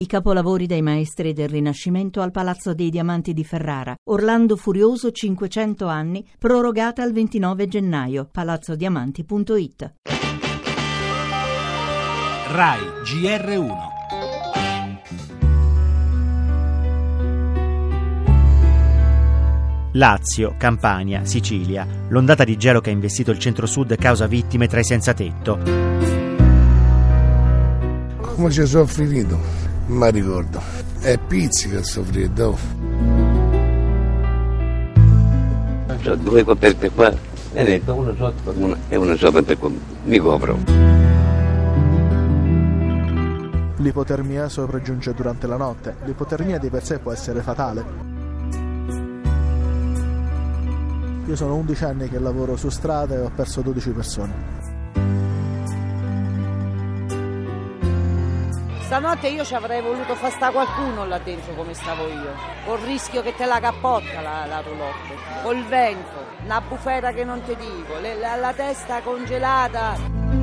I capolavori dei maestri del Rinascimento al Palazzo dei Diamanti di Ferrara. Orlando Furioso 500 anni, prorogata al 29 gennaio. palazzodiamanti.it. Rai GR1. Lazio, Campania, Sicilia. L'ondata di gelo che ha investito il centro-sud causa vittime tra i senza tetto. Come ci sono finito? Ma ricordo, è pizzica il soffreddo. Ho due coperte qua, e detto una sotto e una sopra, per cui mi copro. L'ipotermia sopraggiunge durante la notte. L'ipotermia di per sé può essere fatale. Io sono 11 anni che lavoro su strada e ho perso 12 persone. Stanotte io ci avrei voluto far sta qualcuno là dentro come stavo io, col rischio che te la cappotta la roulotte, col vento, una bufera che non ti dico, la testa congelata.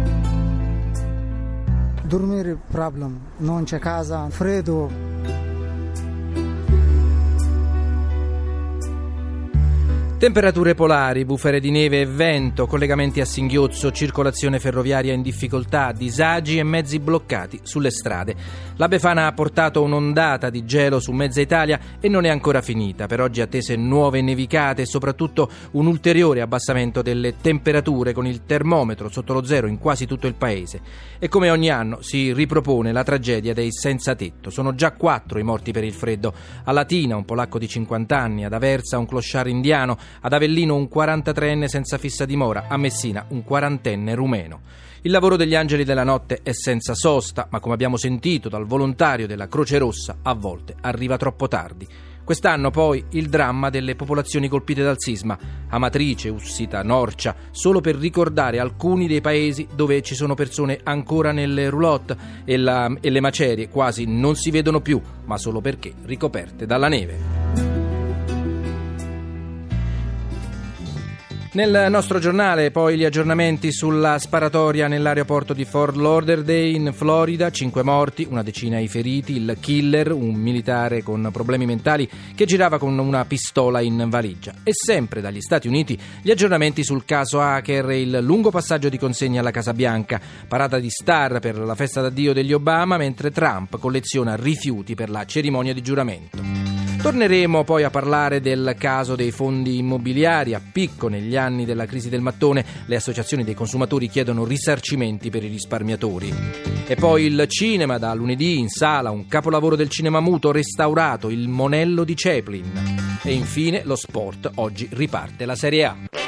Dormire problem, non c'è casa, freddo. Temperature polari, bufere di neve e vento, collegamenti a singhiozzo, circolazione ferroviaria in difficoltà, disagi e mezzi bloccati sulle strade. La Befana ha portato un'ondata di gelo su mezza Italia e non è ancora finita. Per oggi attese nuove nevicate e soprattutto un ulteriore abbassamento delle temperature, con il termometro sotto lo zero in quasi tutto il paese. E come ogni anno si ripropone la tragedia dei senza tetto. Sono già 4 i morti per il freddo. A Latina un polacco di 50 anni, ad Aversa un clochard indiano, ad Avellino un 43enne senza fissa dimora, a Messina un 40enne rumeno. Il lavoro degli angeli della notte è senza sosta, ma come abbiamo sentito dal volontario della Croce Rossa, a volte arriva troppo tardi. Quest'anno poi il dramma delle popolazioni colpite dal sisma, Amatrice, Ussita, Norcia, solo per ricordare alcuni dei paesi dove ci sono persone ancora nelle roulotte e le macerie quasi non si vedono più, ma solo perché ricoperte dalla neve. Nel nostro giornale poi gli aggiornamenti sulla sparatoria nell'aeroporto di Fort Lauderdale in Florida, 5 morti, una decina i feriti, il killer, un militare con problemi mentali che girava con una pistola in valigia. E sempre dagli Stati Uniti gli aggiornamenti sul caso hacker e il lungo passaggio di consegna alla Casa Bianca, parata di star per la festa d'addio degli Obama, mentre Trump colleziona rifiuti per la cerimonia di giuramento. Torneremo poi a parlare del caso dei fondi immobiliari a picco negli anni della crisi del mattone. Le associazioni dei consumatori chiedono risarcimenti per i risparmiatori. E poi il cinema, da lunedì in sala un capolavoro del cinema muto restaurato, Il Monello di Chaplin. E infine lo sport, oggi riparte la Serie A.